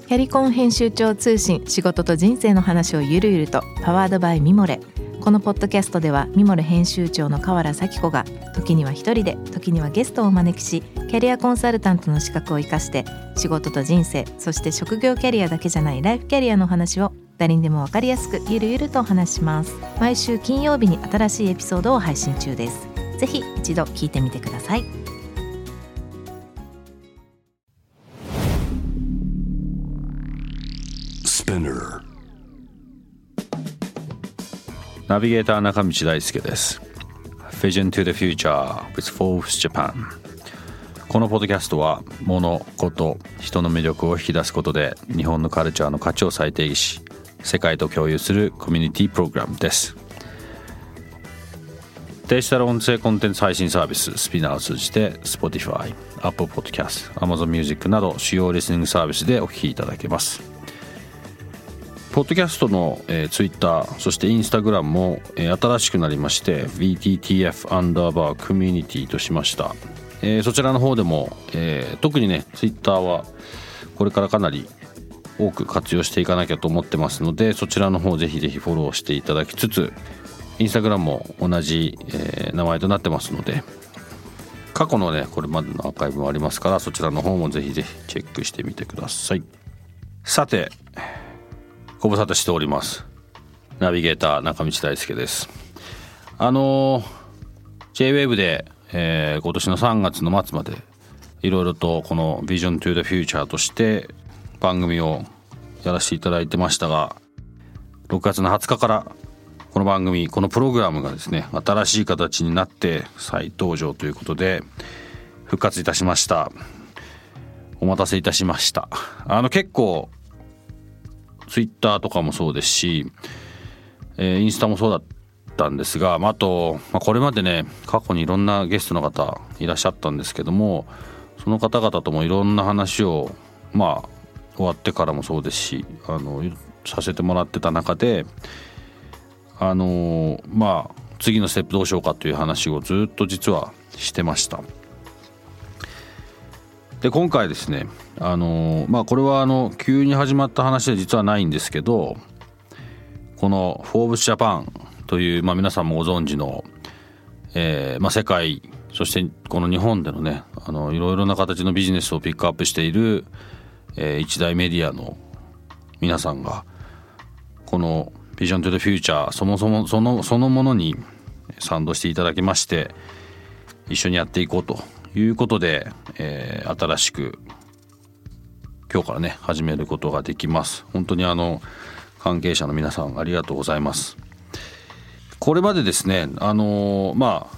キャリコン編集長通信、仕事と人生の話をゆるゆると、パワードバイミモレ。このポッドキャストではミモレ編集長の河原咲子が時には一人で、時にはゲストをお招きし、キャリアコンサルタントの資格を生かして仕事と人生、そして職業キャリアだけじゃないライフキャリアの話を誰にでも分かりやすくゆるゆるとお話します。毎週金曜日に新しいエピソードを配信中です。ぜひ一度聞いてみてください。 ナビゲーター中道大輔です。 Vision to the Future with Forbes Japan。 このポッドキャストは物事人の魅力を引き出すことで日本のカルチャーの価値を再定義し、世界と共有するコミュニティプログラムです。デジタル音声コンテンツ配信サービススピナーを通じて Spotify、Apple Podcast、Amazon Music など主要リスニングサービスでお聞きいただけます。ポッドキャストの、Twitter そして Instagram も、新しくなりまして VTTF_community としました。そちらの方でも、特にね Twitter はこれからかなり多く活用していかなきゃと思ってますので、そちらの方ぜひぜひフォローしていただきつつ、 Instagram も同じ、名前となってますので、過去のねこれまでのアーカイブもありますから、そちらの方もぜひぜひチェックしてみてください。さて、ご無沙汰しております。ナビゲーター中道大輔です。J-Wave で、今年の3月の末までいろいろとこの Vision to the Future として番組をやらせていただいてましたが、6月の20日からこの番組、このプログラムがですね新しい形になって再登場ということで復活いたしました。お待たせいたしました。結構ツイッターとかもそうですし、インスタもそうだったんですが、あと、これまでね過去にいろんなゲストの方いらっしゃったんですけども、その方々ともいろんな話を終わってからもそうですしさせてもらってた中で、次のステップどうしようかという話をずっと実はしてました。で今回ですねこれは急に始まった話で実はないんですけど、このフォーブスジャパンという、皆さんもご存知の、世界そしてこの日本でのねいろいろな形のビジネスをピックアップしている、一大メディアの皆さんがこのビジョントゥザフューチャーそもそもそのものに賛同していただきまして、一緒にやっていこうということで、新しく今日からね始めることができます。本当に関係者の皆さんありがとうございます。これまでですねその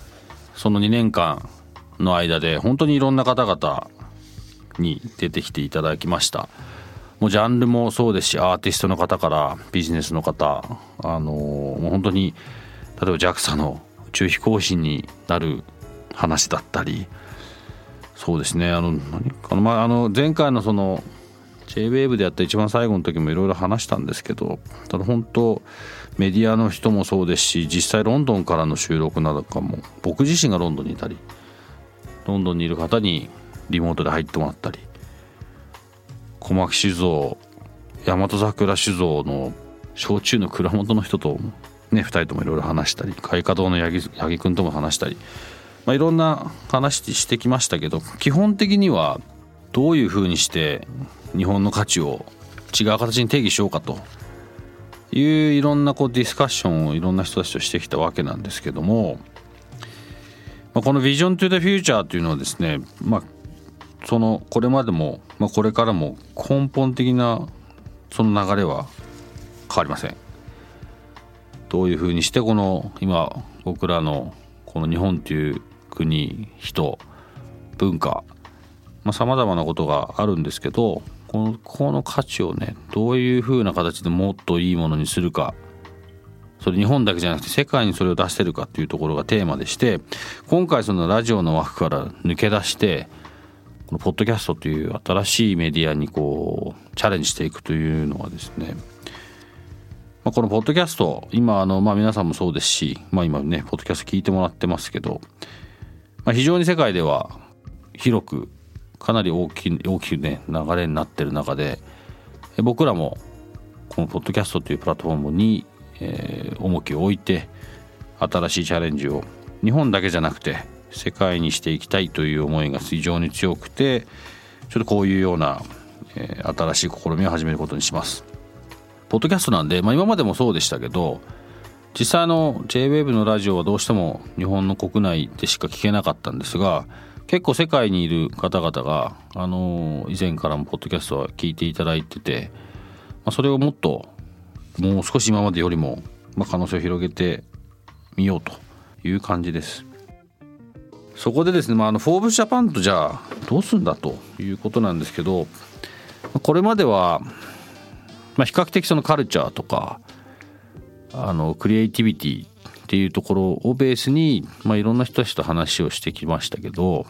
2年間の間で本当にいろんな方々に出てきていただきました。もうジャンルもそうですし、アーティストの方からビジネスの方、もう本当に例えば JAXA の宇宙飛行士になる話だったり、そうですね前回のその J-Wave でやった一番最後の時もいろいろ話したんですけど、ただ本当メディアの人もそうですし、実際ロンドンからの収録などかも僕自身がロンドンにいたり、ロンドンにいる方にリモートで入ってもらったり、小牧酒造大和桜酒造の焼酎の蔵元の人とね2人ともいろいろ話したり、開花堂の八木くんとも話したり、いろんな話してきましたけど、基本的にはどういうふうにして日本の価値を違う形に定義しようかといういろんなディスカッションをいろんな人たちとしてきたわけなんですけども、この Vision to the Future というのはですね、これまでも、これからも根本的なその流れは変わりません。どういうふうにしてこの今僕らのこの日本という国、人、文化、さまざまなことがあるんですけど、この価値をねどういうふうな形でもっといいものにするか、それ日本だけじゃなくて世界にそれを出せるかっていうところがテーマでして、今回そのラジオの枠から抜け出してこのポッドキャストという新しいメディアにチャレンジしていくというのはですね、このポッドキャスト今皆さんもそうですし、今ねポッドキャスト聞いてもらってますけど、非常に世界では広くかなり大きくね流れになってる中で、 僕らもこのポッドキャストというプラットフォームに、重きを置いて新しいチャレンジを日本だけじゃなくて世界にしていきたいという思いが非常に強くて、ちょっとこういうような、新しい試みを始めることにします。ポッドキャストなんで、今までもそうでしたけど、実際J-WAVE のラジオはどうしても日本の国内でしか聞けなかったんですが、結構世界にいる方々が、以前からもポッドキャストは聞いていただいてて、それをもう少し今までよりも、可能性を広げてみようという感じです。そこでですね、フォーブスジャパンとじゃあどうするんだということなんですけど、これまでは、比較的そのカルチャーとかクリエイティビティっていうところをベースに、いろんな人たちと話をしてきましたけど、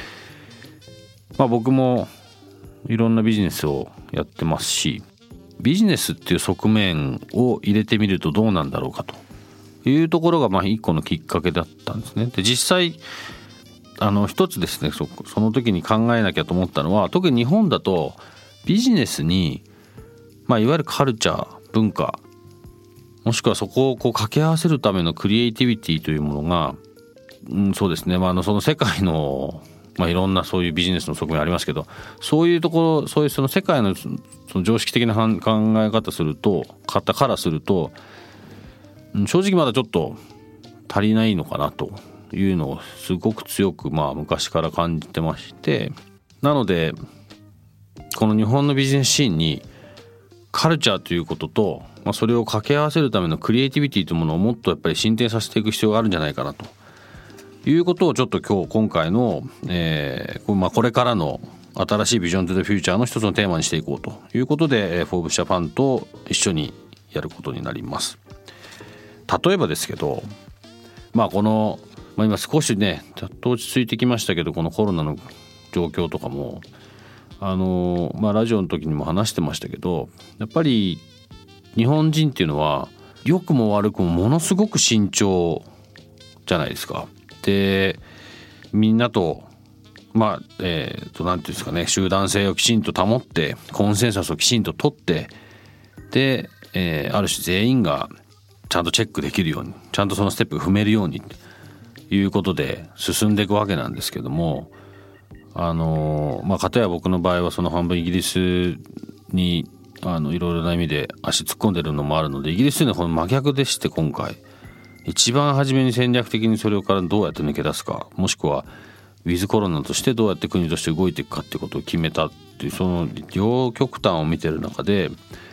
僕もいろんなビジネスをやってますし、ビジネスっていう側面を入れてみるとどうなんだろうかというところが一個のきっかけだったんですね。で、実際一つですね、その時に考えなきゃと思ったのは、特に日本だとビジネスに、いわゆるカルチャー、文化、もしくはそこを掛け合わせるためのクリエイティビティというものが、そうですね、その世界の、いろんなそういうビジネスの側面ありますけど、そういうところ、そういうその世界のその常識的な考え方からすると、正直まだちょっと足りないのかなというのをすごく強く昔から感じてまして、なのでこの日本のビジネスシーンにカルチャーということと、それを掛け合わせるためのクリエイティビティというものをもっとやっぱり進展させていく必要があるんじゃないかなということを、ちょっと今回の、これからの新しいビジョントゥザフューチャーの一つのテーマにしていこうということで、フォーブスジャパンと一緒にやることになります。例えばですけど、この、今少しねちょっと落ち着いてきましたけど、このコロナの状況とかもラジオの時にも話してましたけど、やっぱり日本人っていうのは良くも悪くもものすごく慎重じゃないですか。で、みんなとなんていうんですかね、集団性をきちんと保ってコンセンサスをきちんと取って、で、ある種全員がちゃんとチェックできるように、ちゃんとそのステップを踏めるようにということで進んでいくわけなんですけども、片や僕の場合はその半分イギリスにいろいろな意味で足突っ込んでるのもあるので、イギリスというのはこの真逆でして、今回一番初めに戦略的にそれからどうやって抜け出すか、もしくはウィズコロナとしてどうやって国として動いていくかっていうことを決めたっていう、その両極端を見てる中で、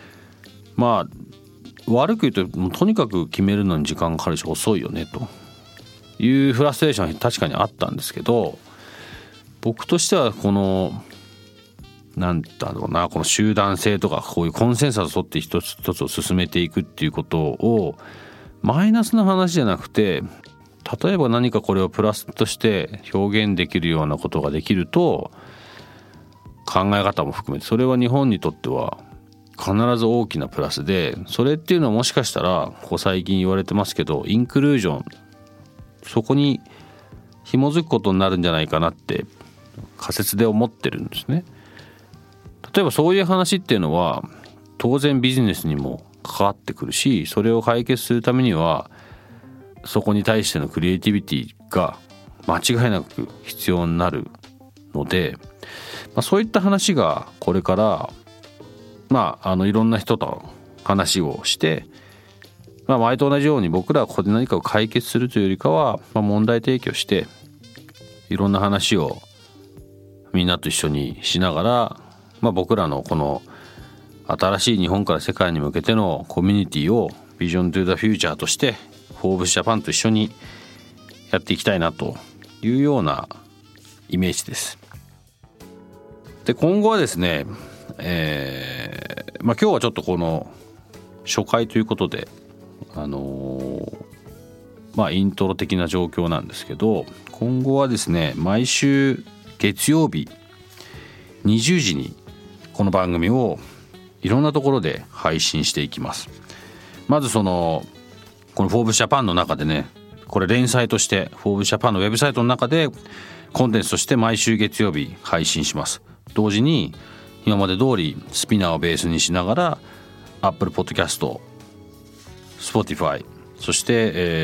悪く言うととにかく決めるのに時間がかかるし遅いよねというフラストレーションは確かにあったんですけど、僕としてはこのなんだろうな、この集団性とかこういうコンセンサスを取って一つ一つを進めていくっていうことをマイナスな話じゃなくて、例えば何かこれをプラスとして表現できるようなことができると、考え方も含めてそれは日本にとっては必ず大きなプラスで、それっていうのはもしかしたらここ最近言われてますけど、インクルージョン、そこに紐づくことになるんじゃないかなって仮説で思ってるんですね。例えばそういう話っていうのは当然ビジネスにも関わってくるし、それを解決するためにはそこに対してのクリエイティビティが間違いなく必要になるので、そういった話がこれからいろんな人と話をして、前と同じように僕らはここで何かを解決するというよりかは、問題提起をしていろんな話をみんなと一緒にしながら、僕らのこの新しい日本から世界に向けてのコミュニティをビジョントゥザフューチャーとしてフォーブスジャパンと一緒にやっていきたいなというようなイメージです。で、今後はですね、今日はちょっとこの初回ということでイントロ的な状況なんですけど、今後はですね、毎週月曜日20時にこの番組をいろんなところで配信していきます。まずこのフォーブスジャパンの中でね、これ連載としてフォーブスジャパンのウェブサイトの中でコンテンツとして毎週月曜日配信します。同時に今まで通りスピナーをベースにしながら Apple Podcast、Spotify、そして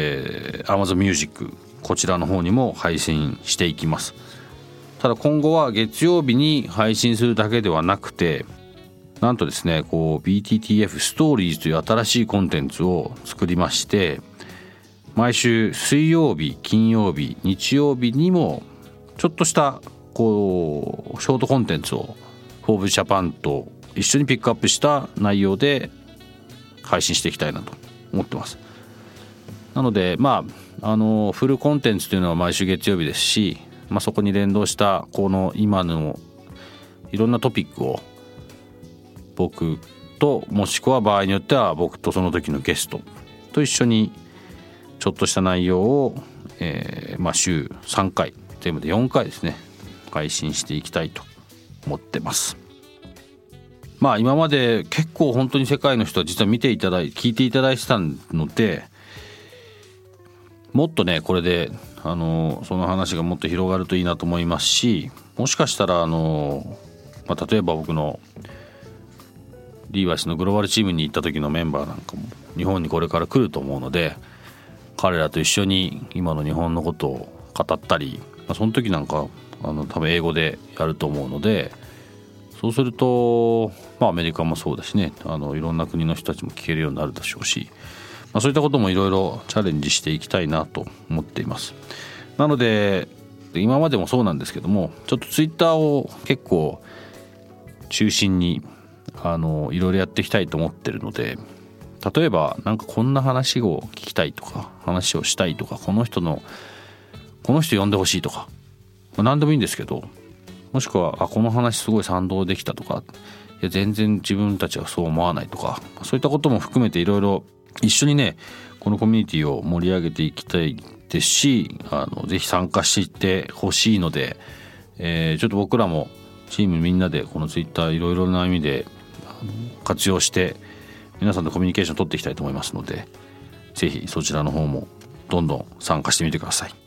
、Amazon Music こちらの方にも配信していきます。ただ今後は月曜日に配信するだけではなくて、なんとですねこう BTTF ストーリーズという新しいコンテンツを作りまして、毎週水曜日、金曜日、日曜日にもちょっとしたこうショートコンテンツをフォーブスジャパンと一緒にピックアップした内容で配信していきたいなと思ってます。なのでフルコンテンツというのは毎週月曜日ですし、そこに連動したこの今のいろんなトピックを僕と、もしくは場合によっては僕とその時のゲストと一緒にちょっとした内容を、週3回全部で4回ですね配信していきたいと思ってます。今まで結構本当に世界の人は実は見ていただい聞いていただいてたので、もっとねこれでその話がもっと広がるといいなと思いますし、もしかしたら例えば僕のリーバイスのグローバルチームに行った時のメンバーなんかも日本にこれから来ると思うので、彼らと一緒に今の日本のことを語ったり、その時なんか多分英語でやると思うので、そうするとアメリカもそうだしね、いろんな国の人たちも聞けるようになるでしょうし、そういったこともいろいろチャレンジしていきたいなと思っています。なので今までもそうなんですけども、ちょっとツイッターを結構中心にいろいろやっていきたいと思ってるので、例えばなんかこんな話を聞きたいとか話をしたいとか、この人呼んでほしいとか、何でもいいんですけど、もしくはこの話すごい賛同できたとか、いや全然自分たちはそう思わないとか、そういったことも含めていろいろ一緒にねこのコミュニティを盛り上げていきたいですし、ぜひ参加してほしいので、ちょっと僕らもチームみんなでこのツイッターいろいろな意味で活用して皆さんとコミュニケーションを取っていきたいと思いますので、ぜひそちらの方もどんどん参加してみてください。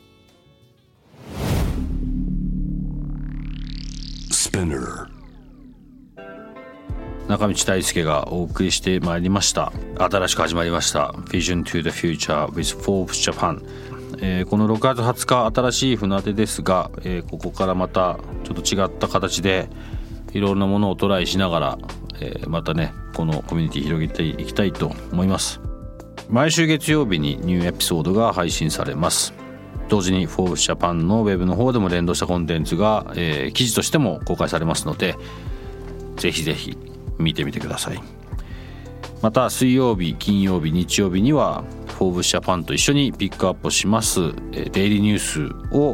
中道大輔がお送りしてまいりました。新しく始まりました Vision to the Future with Forbes Japan、この6月20日新しい船出ですが、ここからまたちょっと違った形でいろんなものをトライしながら、またねこのコミュニティ広げていきたいと思います。毎週月曜日にニューエピソードが配信されます。同時に Forbes Japan のウェブの方でも連動したコンテンツが、記事としても公開されますので、ぜひぜひ見てみてください。また水曜日、金曜日、日曜日には Forbes Japan と一緒にピックアップしますデイリーニュースを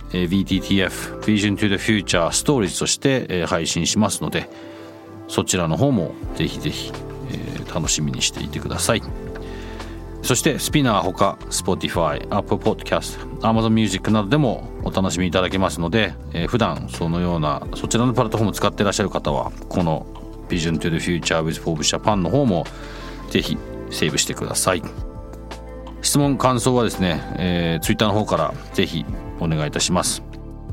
VTTF Vision to the Future Stories として配信しますので、そちらの方もぜひぜひ楽しみにしていてください。そしてスピナーほか Spotify、Apple Podcast、Amazon Music などでもお楽しみいただけますので、普段そのようなそちらのプラットフォームを使っていらっしゃる方はこの Vision to the Future with Forbes Japan の方もぜひセーブしてください。質問感想はですね、Twitter の方からぜひお願いいたします。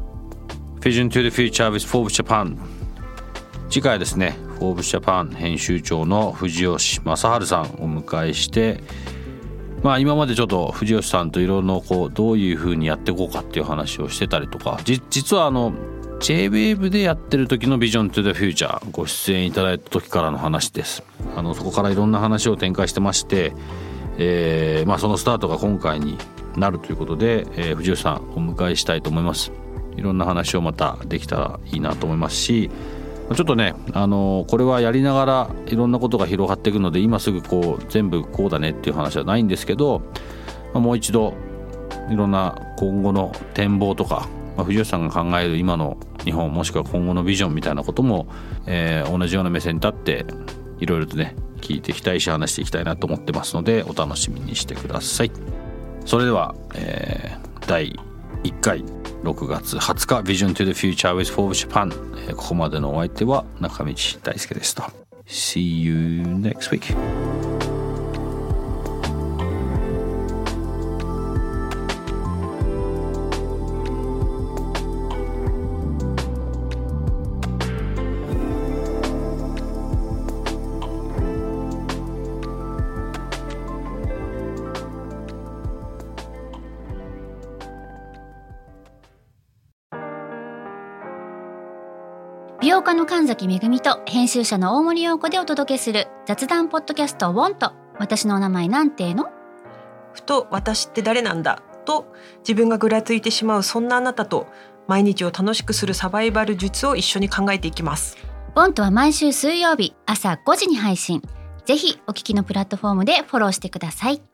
Vision to the Future with Forbes Japan、 次回はですね Forbes Japan 編集長の藤吉正治さんをお迎えして、今までちょっと藤吉さんといろいろどういう風にやっていこうかっていう話をしてたりとか、実はJ-Wave でやってる時の Vision to the Future ご出演いただいた時からの話です。そこからいろんな話を展開してまして、そのスタートが今回になるということで、藤吉さんお迎えしたいと思います。いろんな話をまたできたらいいなと思いますし、ちょっとねこれはやりながらいろんなことが広がっていくので、今すぐ全部こうだねっていう話はないんですけど、もう一度いろんな今後の展望とか、藤吉さんが考える今の日本もしくは今後のビジョンみたいなことも、同じような目線に立っていろいろとね聞いていきたいし話していきたいなと思ってますので、お楽しみにしてください。それでは、第1回6月20日 Vision to the Future with Forbes Japan、ここまでのお相手は中道大輔でした。 See you next week. 美容家の神崎めぐみと編集者の大森洋子でお届けする雑談ポッドキャストウォンと私のお名前なんての？ ふと私って誰なんだと自分がぐらついてしまう、そんなあなたと毎日を楽しくするサバイバル術を一緒に考えていきます。 ウォンとは毎週水曜日朝5時に配信。ぜひお聞きのプラットフォームでフォローしてください。